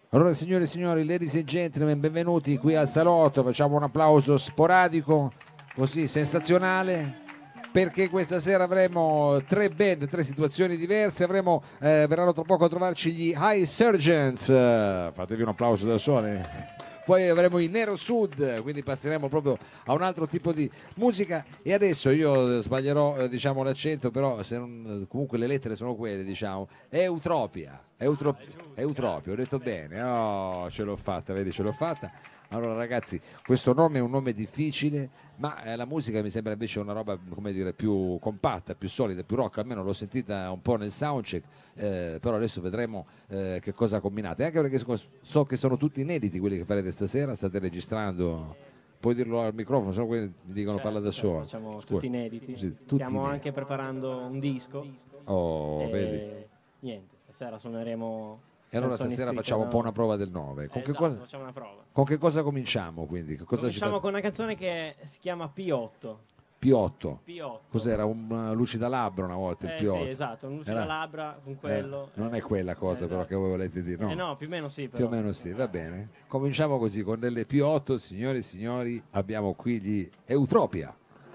Allora, signore e signori, ladies and gentlemen, benvenuti qui al salotto. Facciamo un applauso sporadico, così sensazionale, perché questa sera avremo tre band, tre situazioni diverse. Verranno tra poco a trovarci gli High Surgeons. Fatevi un applauso da soli. Poi avremo i Nero Sud, quindi passeremo proprio a un altro tipo di musica. E adesso io sbaglierò, diciamo, l'accento, però se non, comunque le lettere sono quelle, diciamo. Eutropia. Eutropia, ho detto bene. Oh, ce l'ho fatta, vedi, ce l'ho fatta. Allora, ragazzi, questo nome è un nome difficile, ma la musica mi sembra invece una roba, come dire, più compatta, più solida, più rock. Almeno l'ho sentita un po' nel soundcheck, però adesso vedremo che cosa combinate. Anche perché so che sono tutti inediti quelli che farete stasera, state registrando. Puoi dirlo al microfono, sennò quelli ti dicono parla da solo. Facciamo Scusa. tutti inediti. Sì, tutti Stiamo inediti. anche preparando un disco. Oh, e vedi. niente, stasera suoneremo. E allora canzoni stasera scritte facciamo un po' da- una prova del 9. Esatto, facciamo una prova. Con che cosa cominciamo quindi? Che cosa Cominciamo ci con una canzone che si chiama P8. P8. P8. Cos'era? Un lucida labbra una volta il P8? Sì, esatto, un luce Era- da labbra con quello. non è quella cosa però che voi volete dire, no? No, più o meno sì, Più o però. meno sì, va bene. Cominciamo così con delle P8, signore e signori, abbiamo qui gli Eutropia.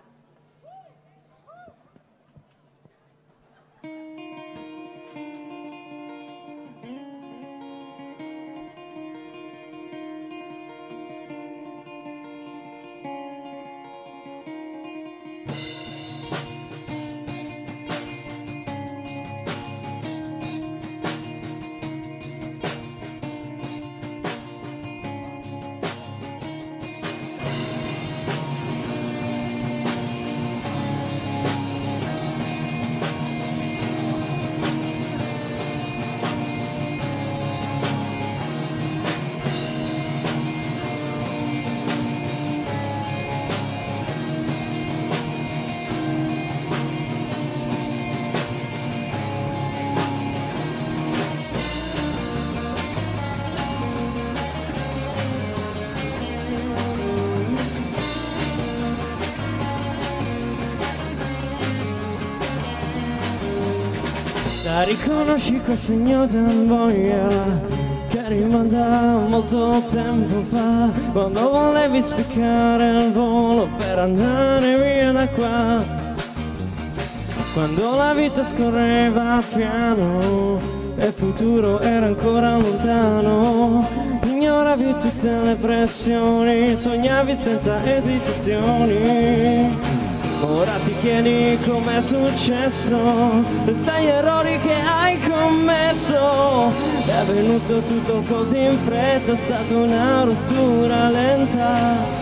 La riconosci questa ignota voglia che rimanda molto tempo fa, quando volevi spiccare il volo per andare via da qua, quando la vita scorreva piano e il futuro era ancora lontano, ignoravi tutte le pressioni, sognavi senza esitazioni. Ora ti chiedi com'è successo, pensa agli errori che hai commesso. È avvenuto tutto così in fretta, è stata una rottura lenta.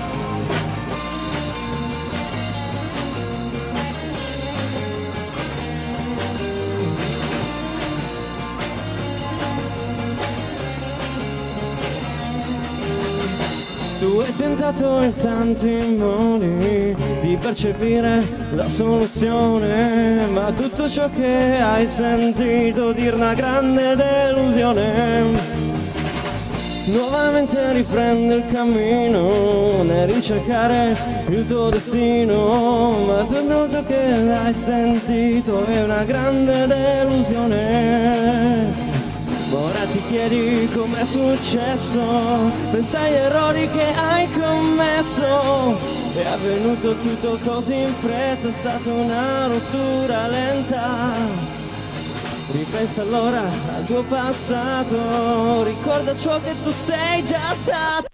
Tu hai tentato in tanti modi di percepire la soluzione, ma tutto ciò che hai sentito dir una grande delusione. Nuovamente riprende il cammino nel ricercare il tuo destino, ma tutto ciò che hai sentito è una grande delusione. Ora ti chiedi com'è successo, pensa agli errori che hai commesso. È avvenuto tutto così in fretta, è stata una rottura lenta. Ripensa allora al tuo passato, ricorda ciò che tu sei già stato.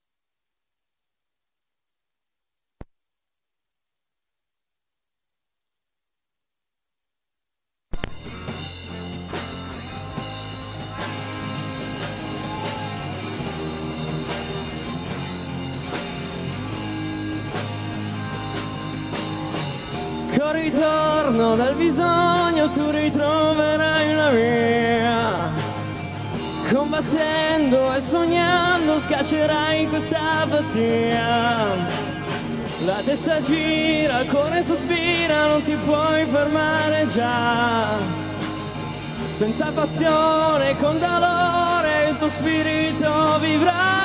Col ritorno dal bisogno tu ritroverai una via. Combattendo e sognando scaccerai questa apatia. La testa gira, il cuore sospira, non ti puoi fermare già. Senza passione, con dolore, il tuo spirito vivrà.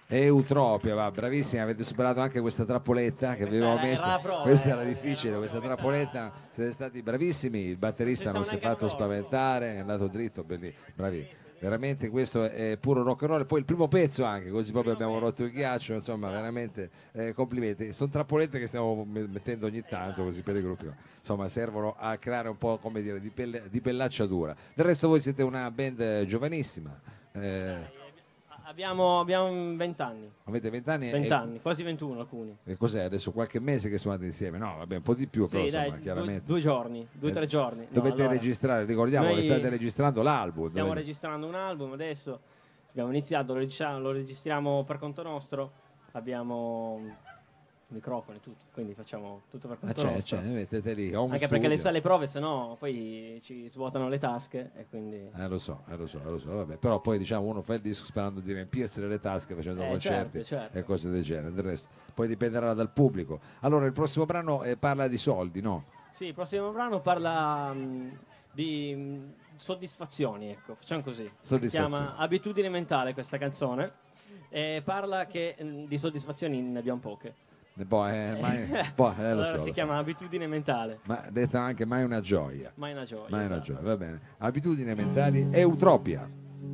Eutropia, va, bravissima, avete superato anche questa trappoletta che Questa avevamo era messo. la prova, Questa era difficile, questa trappoletta, siete stati bravissimi, il batterista non si è fatto spaventare, è andato dritto, bravi. Veramente questo è puro rock and roll, poi il primo pezzo anche, così proprio abbiamo rotto il ghiaccio, insomma veramente complimenti. Sono trappolette che stiamo mettendo ogni tanto così per il gruppo, insomma servono a creare un po', come dire, di pellacciatura. Del resto voi siete una band giovanissima. Abbiamo 20 anni. Avete 20 anni? 20 anni, quasi 21 alcuni. E cos'è adesso? Qualche mese che suonate insieme? No, vabbè, un po' di più, però Sì, insomma, dai, chiaramente. 2 giorni, 2-3 giorni. Dovete allora, registrare, ricordiamo che state registrando l'album. Stiamo registrando un album adesso, abbiamo iniziato, lo registriamo per conto nostro, abbiamo microfoni, tutto, quindi facciamo tutto per conto nostro. Mettete lì, anche perché le prove, se no poi ci svuotano le tasche e quindi... Lo so, vabbè. Però poi diciamo uno fa il disco sperando di riempirsi le tasche facendo concerti certo. e cose del genere, del resto poi dipenderà dal pubblico. Allora il prossimo brano parla di soldi, no? Sì, il prossimo brano parla di soddisfazioni, ecco, facciamo così. Si chiama Abitudine mentale questa canzone e parla che di soddisfazioni ne abbiamo poche. Allora si chiama Abitudine mentale. Ma detta anche mai una gioia. Mai una gioia. Mai una gioia, va bene. Abitudini mentali, Eutropia.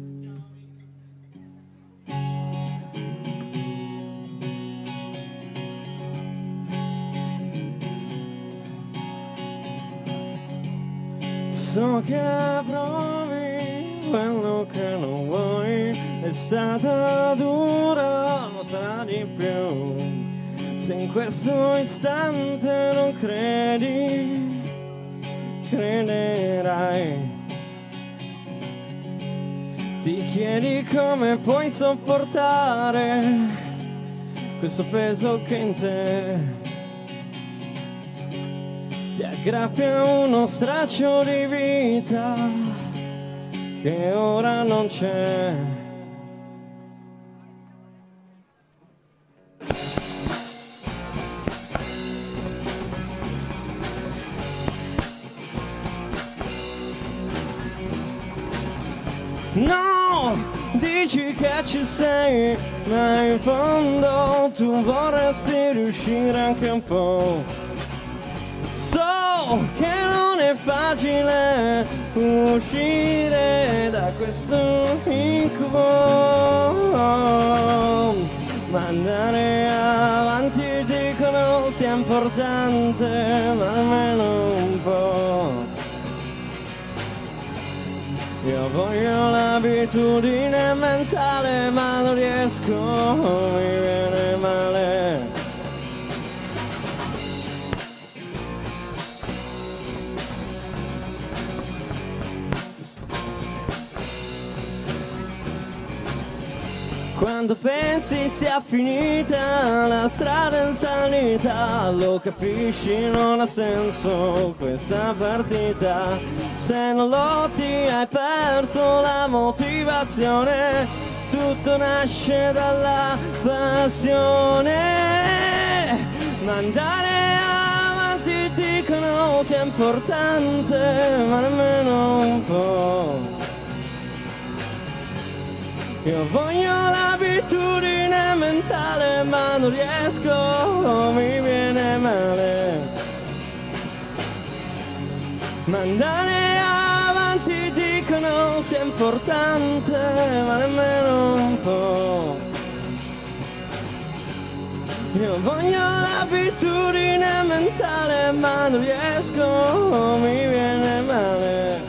So che provi quello che non vuoi, è stata dura, non sarà di più. Se in questo istante non credi, crederai. Ti chiedi come puoi sopportare questo peso che in te ti aggrappia uno straccio di vita che ora non c'è. No, dici che ci sei, ma in fondo tu vorresti riuscire anche un po'. So che non è facile uscire da questo incubo, ma andare avanti dicono sia importante, ma almeno un po'. Io voglio l'abitudine mentale, ma non riesco, mi viene male. Quando pensi sia finita la strada in salita, lo capisci, non ha senso questa partita. Se non lotti hai perso la motivazione, tutto nasce dalla passione. Ma andare avanti dicono sia importante, ma nemmeno un po'. Io voglio l'abitudine mentale, ma non riesco, mi viene male. Ma andare avanti dicono sia importante, ma nemmeno un po'. Io voglio l'abitudine mentale, ma non riesco, mi viene male.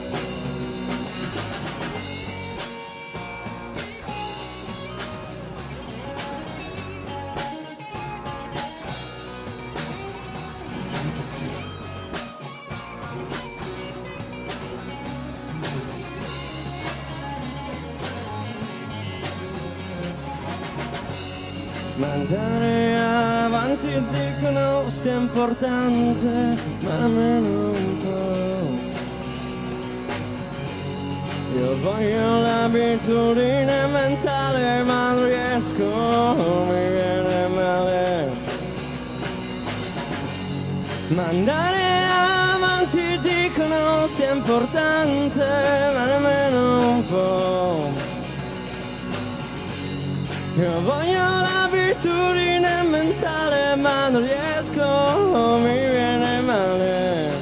Ma andare avanti dicono sia importante, ma almeno un po'. Io voglio l'abitudine mentale, ma non riesco, mi viene male. Ma andare avanti dicono sia importante, ma almeno un po'. Io Io voglio l'abitudine mentale, ma non riesco, mi viene male.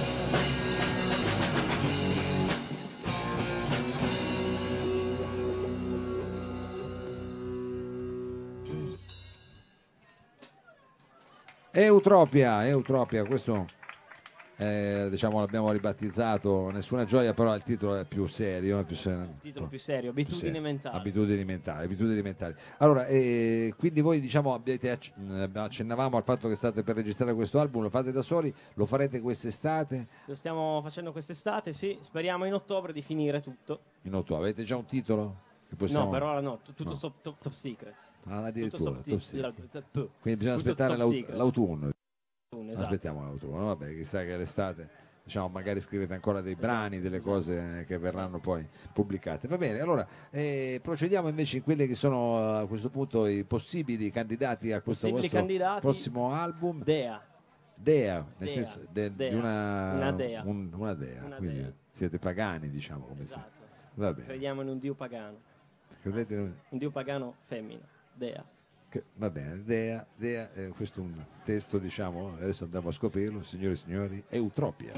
Eutropia, questo diciamo l'abbiamo ribattezzato, Nessuna gioia, però il titolo è più serio, Il titolo più serio, abitudini mentali. Abitudini mentali. Allora, quindi voi diciamo accennavamo al fatto che state per registrare questo album, lo fate da soli, lo farete quest'estate? Lo stiamo facendo quest'estate, sì, speriamo in ottobre di finire tutto. In ottobre, avete già un titolo? Che possiamo... No, per ora no, tutto No. top secret. Addirittura, Tutto top secret. secret. Quindi bisogna Tutto aspettare top secret. l'autunno. Esatto. Aspettiamo l'autunno, vabbè, chissà che l'estate, diciamo, magari scrivete ancora dei brani, delle cose che verranno poi pubblicate. Va bene, allora procediamo invece in quelli che sono a questo punto i possibili candidati a questo vostro prossimo album. Dea, nel senso di una dea. Una dea, quindi dea. siete pagani, diciamo, come Esatto. Va bene. Crediamo in un dio pagano. Credete Anzi, un dio pagano femmina, Dea. Va bene, Dea, questo è un testo, diciamo, adesso andiamo a scoprirlo, signore e signori, Eutropia.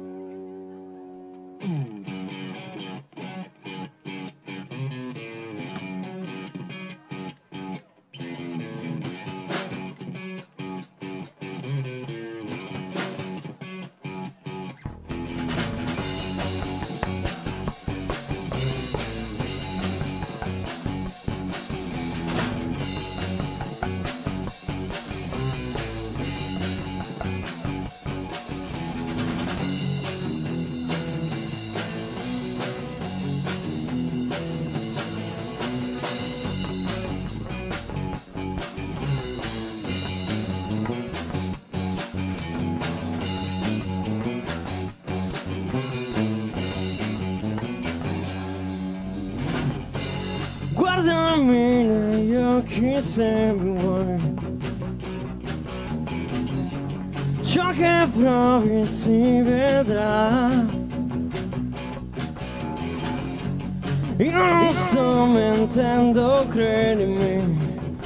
Guardami negli occhi se mi vuoi. Ciò che provi si vedrà. Io non sto mentendo, credimi.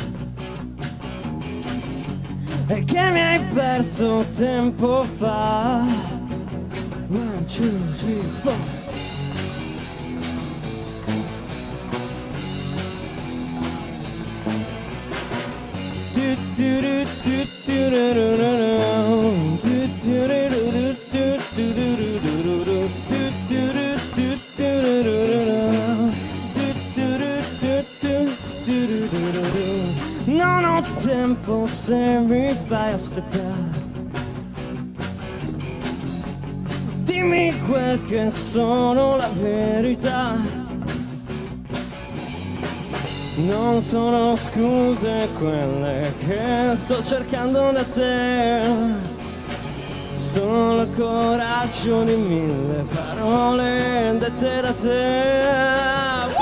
E che mi hai perso tempo fa. 1, 2, 3, 4. Non ho tempo se mi fai aspettare. Dimmi quel che sono, la verità. Non sono scuse quelle che sto cercando da te, solo coraggio di 1000 parole dette da te.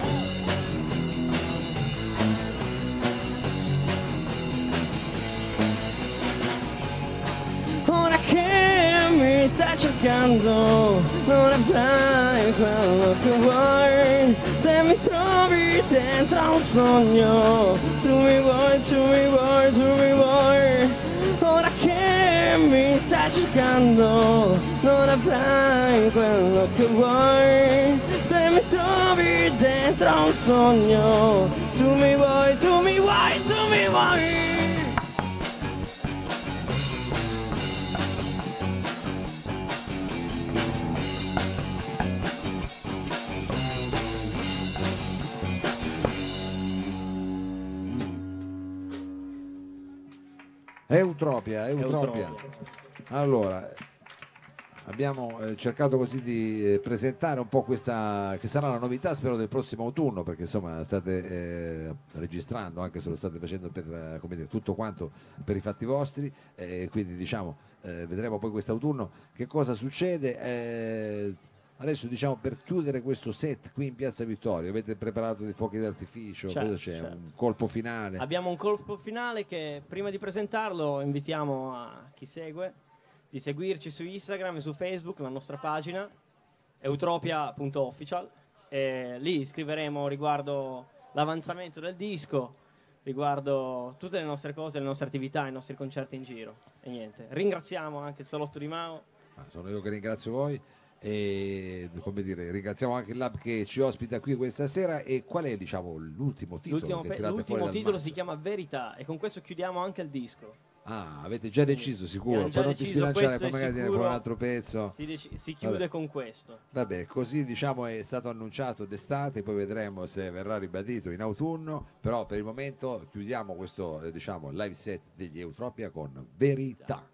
Ora che mi stai cercando, non avrai quello che vuoi. Se mi trovi dentro un sogno, tu mi vuoi, tu mi vuoi, tu mi vuoi. Ora che mi stai cercando, non avrai quello che vuoi. Se mi trovi dentro un sogno, tu mi vuoi, tu mi vuoi, tu mi vuoi. Eutropia. Allora, abbiamo cercato così di presentare un po' questa che sarà la novità, spero, del prossimo autunno, perché insomma state registrando, anche se lo state facendo per come dire, tutto quanto per i fatti vostri, quindi diciamo vedremo poi quest'autunno che cosa succede. Adesso diciamo, per chiudere questo set qui in Piazza Vittorio, avete preparato dei fuochi d'artificio? Certo, Cosa c'è? certo. Un colpo finale? Abbiamo un colpo finale che prima di presentarlo invitiamo a chi segue di seguirci su Instagram e su Facebook, la nostra pagina eutropia.official, e lì scriveremo riguardo l'avanzamento del disco, riguardo tutte le nostre cose, le nostre attività, i nostri concerti in giro. E niente, ringraziamo anche il Salotto di Mao. Sono io che ringrazio voi e come dire, ringraziamo anche il Lab che ci ospita qui questa sera. E qual è, diciamo, l'ultimo titolo che tirate fuori L'ultimo dal titolo mazzo? si chiama Verità e con questo chiudiamo anche il disco. Avete già deciso, sicuro? Poi non ti sbilanciare, poi magari tiene fuori un altro pezzo. Si chiude con questo. Vabbè, così diciamo è stato annunciato d'estate, poi vedremo se verrà ribadito in autunno, però per il momento chiudiamo questo diciamo live set degli Eutropia con Verità.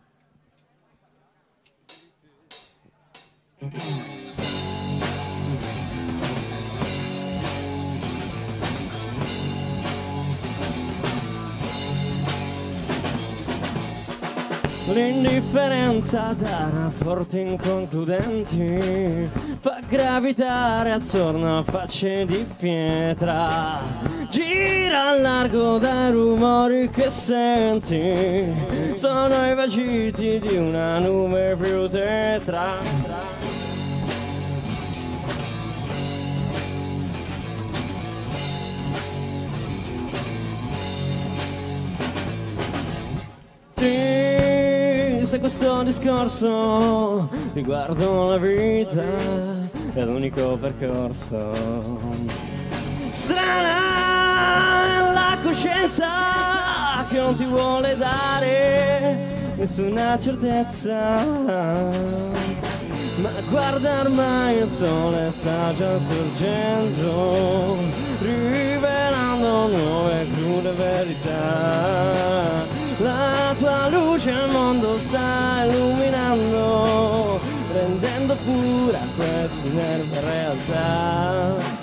L'indifferenza da rapporti inconcludenti fa gravitare attorno a facce di pietra. Gira a largo dai rumori che senti, sono i vagiti di una nube più tetra. Se questo discorso riguardo la vita è l'unico percorso. Strana è la coscienza che non ti vuole dare nessuna certezza, ma guarda ormai il sole sta già sorgendo, rivelando nuove crude verità. La tua luce il mondo sta illuminando, rendendo pura questa inerme realtà.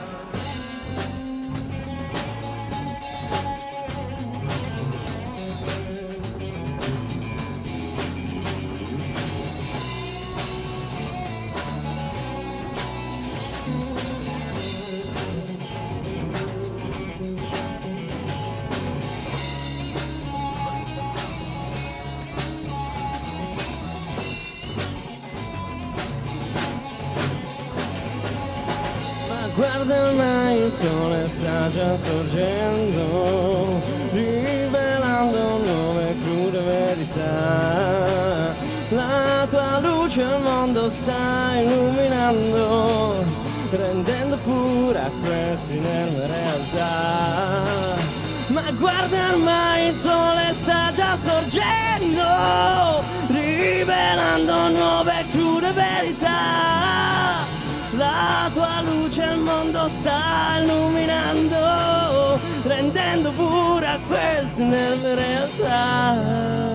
Guarda ormai il sole sta già sorgendo, rivelando nuove crude verità. La tua luce il mondo sta illuminando, rendendo pura questa inerme realtà. Ma guarda ormai il sole sta già sorgendo, rivelando nuove crude verità. La tua luce il mondo sta illuminando, rendendo pura questa inerme realtà.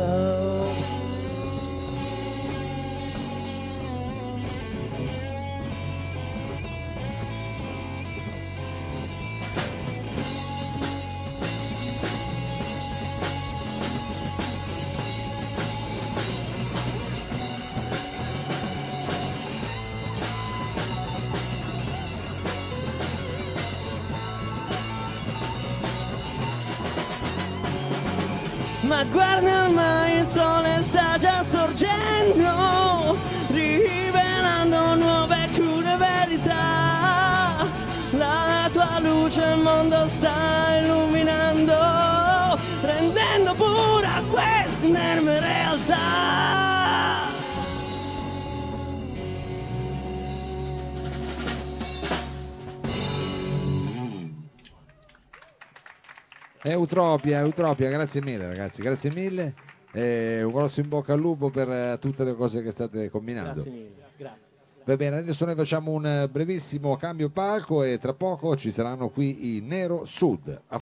Ma guarda ormai il sole sta già sorgendo, rivelando nuove crude verità. La tua luce il mondo sta illuminando, rendendo pura questa inerme realtà. Eutropia, grazie mille ragazzi, grazie mille. Un grosso in bocca al lupo per tutte le cose che state combinando. Grazie mille, grazie. Va bene, adesso noi facciamo un brevissimo cambio palco e tra poco ci saranno qui i Nero Sud.